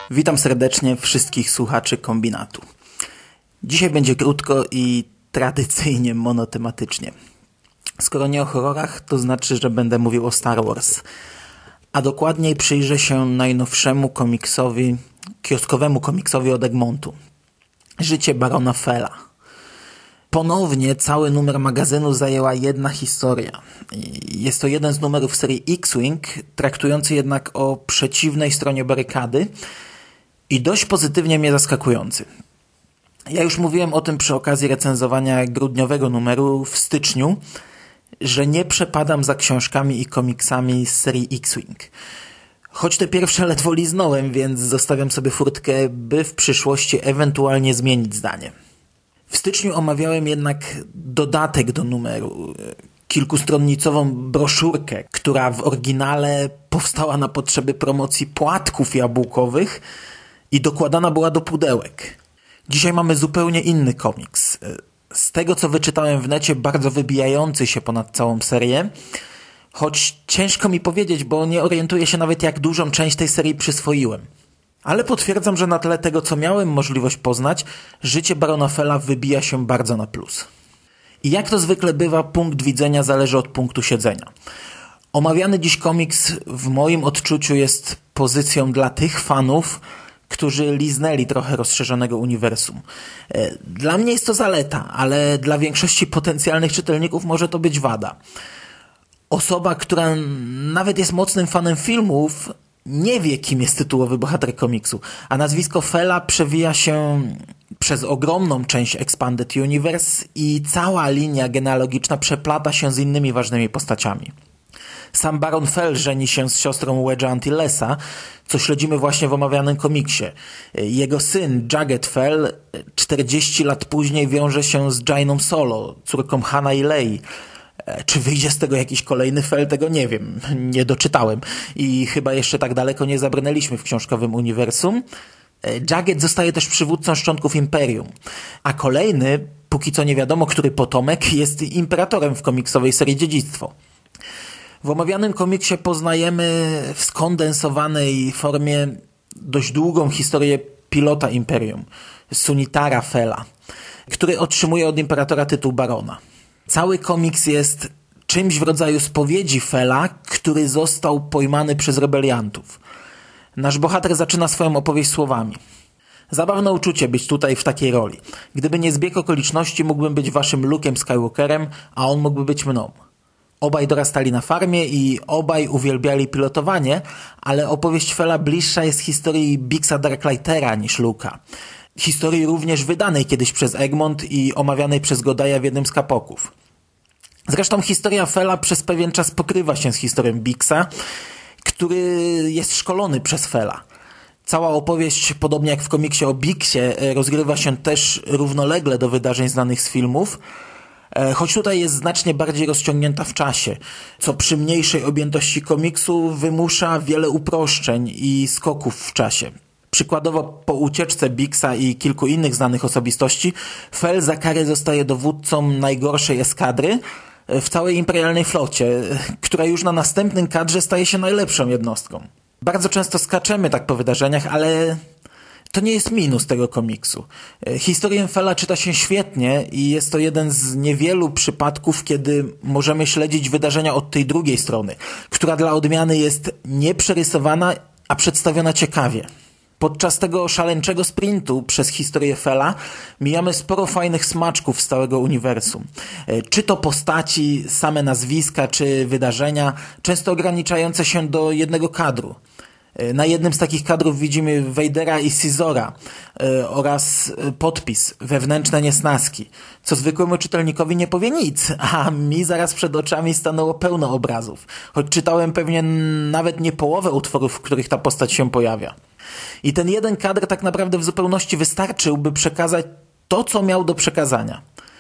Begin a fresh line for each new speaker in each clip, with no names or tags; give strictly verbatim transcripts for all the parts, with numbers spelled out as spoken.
Witam serdecznie wszystkich słuchaczy Kombinatu. Dzisiaj będzie krótko i tradycyjnie monotematycznie. Skoro nie o horrorach, to znaczy, że będę mówił o Star Wars. A dokładniej przyjrzę się najnowszemu komiksowi, kioskowemu komiksowi od Egmontu. Życie barona Fella. Ponownie cały numer magazynu zajęła jedna historia. Jest to jeden z numerów serii X-Wing, traktujący jednak o przeciwnej stronie barykady i dość pozytywnie mnie zaskakujący. Ja już mówiłem o tym przy okazji recenzowania grudniowego numeru w styczniu, że nie przepadam za książkami i komiksami z serii X-Wing. Choć te pierwsze ledwo liznąłem, więc zostawiam sobie furtkę, by w przyszłości ewentualnie zmienić zdanie. W styczniu omawiałem jednak dodatek do numeru, kilkustronnicową broszurkę, która w oryginale powstała na potrzeby promocji płatków jabłkowych i dokładana była do pudełek. Dzisiaj mamy zupełnie inny komiks. Z tego, co wyczytałem w necie, bardzo wybijający się ponad całą serię, choć ciężko mi powiedzieć, bo nie orientuję się nawet, jak dużą część tej serii przyswoiłem. Ale potwierdzam, że na tle tego, co miałem możliwość poznać, życie barona Fella wybija się bardzo na plus. I jak to zwykle bywa, punkt widzenia zależy od punktu siedzenia. Omawiany dziś komiks w moim odczuciu jest pozycją dla tych fanów, którzy liznęli trochę rozszerzonego uniwersum. Dla mnie jest to zaleta, ale dla większości potencjalnych czytelników może to być wada. Osoba, która nawet jest mocnym fanem filmów, nie wie, kim jest tytułowy bohater komiksu, a nazwisko Fella przewija się przez ogromną część Expanded Universe i cała linia genealogiczna przeplata się z innymi ważnymi postaciami. Sam baron Fell żeni się z siostrą Wedge'a Antillesa, co śledzimy właśnie w omawianym komiksie. Jego syn, Jagged Fell, czterdzieści lat później wiąże się z Jainą Solo, córką Hana i Lei. Czy wyjdzie z tego jakiś kolejny Fell, tego nie wiem, nie doczytałem i chyba jeszcze tak daleko nie zabrnęliśmy w książkowym uniwersum. Jagged zostaje też przywódcą szczątków Imperium, a kolejny, póki co nie wiadomo który potomek, jest imperatorem w komiksowej serii Dziedzictwo. W omawianym komiksie poznajemy w skondensowanej formie dość długą historię pilota Imperium, Sunitara Fella, który otrzymuje od imperatora tytuł barona. Cały komiks jest czymś w rodzaju spowiedzi Fella, który został pojmany przez rebeliantów. Nasz bohater zaczyna swoją opowieść słowami. Zabawne uczucie być tutaj w takiej roli. Gdyby nie zbieg okoliczności, mógłbym być waszym Luke'em Skywalkerem, a on mógłby być mną. Obaj dorastali na farmie i obaj uwielbiali pilotowanie, ale opowieść Fella bliższa jest historii Bixa Darklightera niż Luke'a. Historii również wydanej kiedyś przez Egmont i omawianej przez Godaya w jednym z kapoków. Zresztą historia Fella przez pewien czas pokrywa się z historią Bixa, który jest szkolony przez Fella. Cała opowieść, podobnie jak w komiksie o Bixie, rozgrywa się też równolegle do wydarzeń znanych z filmów, choć tutaj jest znacznie bardziej rozciągnięta w czasie, co przy mniejszej objętości komiksu wymusza wiele uproszczeń i skoków w czasie. Przykładowo po ucieczce Bixa i kilku innych znanych osobistości, Fell za karę zostaje dowódcą najgorszej eskadry w całej imperialnej flocie, która już na następnym kadrze staje się najlepszą jednostką. Bardzo często skaczemy tak po wydarzeniach, ale to nie jest minus tego komiksu. Historię Fella czyta się świetnie i jest to jeden z niewielu przypadków, kiedy możemy śledzić wydarzenia od tej drugiej strony, która dla odmiany jest nieprzerysowana, a przedstawiona ciekawie. Podczas tego szaleńczego sprintu przez historię Fella mijamy sporo fajnych smaczków z całego uniwersum. Czy to postaci, same nazwiska, czy wydarzenia, często ograniczające się do jednego kadru. Na jednym z takich kadrów widzimy Vadera i Sizora oraz podpis wewnętrzne niesnaski, co zwykłemu czytelnikowi nie powie nic, a mi zaraz przed oczami stanęło pełno obrazów, choć czytałem pewnie nawet nie połowę utworów, w których ta postać się pojawia. I ten jeden kadr tak naprawdę w zupełności wystarczył, by przekazać to, co miał do przekazania.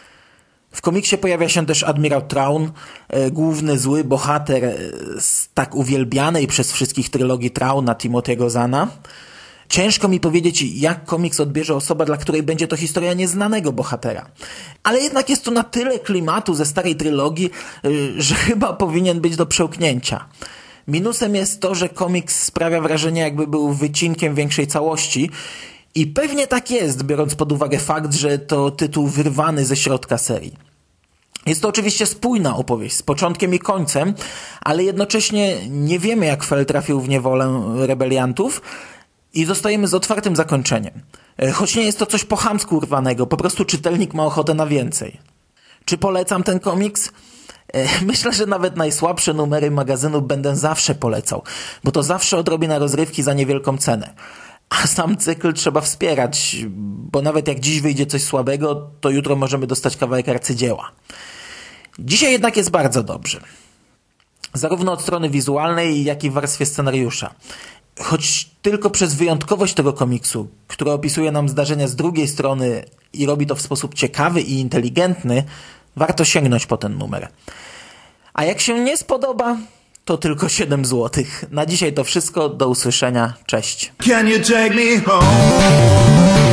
W komiksie pojawia się też admirał Thrawn, e, główny zły bohater e, z tak uwielbianej przez wszystkich trylogii Throwna Timothy'ego Zahna. Ciężko mi powiedzieć, jak komiks odbierze osoba, dla której będzie to historia nieznanego bohatera. Ale jednak jest tu na tyle klimatu ze starej trylogii, e, że chyba powinien być do przełknięcia. Minusem jest to, że komiks sprawia wrażenie, jakby był wycinkiem większej całości i pewnie tak jest, biorąc pod uwagę fakt, że to tytuł wyrwany ze środka serii. Jest to oczywiście spójna opowieść z początkiem i końcem, ale jednocześnie nie wiemy, jak Fel trafił w niewolę rebeliantów i zostajemy z otwartym zakończeniem. Choć nie jest to coś po chamsku urwanego, po prostu czytelnik ma ochotę na więcej. Czy polecam ten komiks? Myślę, że nawet najsłabsze numery magazynu będę zawsze polecał, bo to zawsze odrobina rozrywki za niewielką cenę. A sam cykl trzeba wspierać, bo nawet jak dziś wyjdzie coś słabego, to jutro możemy dostać kawałek arcydzieła. Dzisiaj jednak jest bardzo dobrze. Zarówno od strony wizualnej, jak i w warstwie scenariusza. Choć tylko przez wyjątkowość tego komiksu, który opisuje nam zdarzenia z drugiej strony i robi to w sposób ciekawy i inteligentny, warto sięgnąć po ten numer. A jak się nie spodoba, to tylko siedem złotych. Na dzisiaj to wszystko. Do usłyszenia. Cześć. Can you take me home?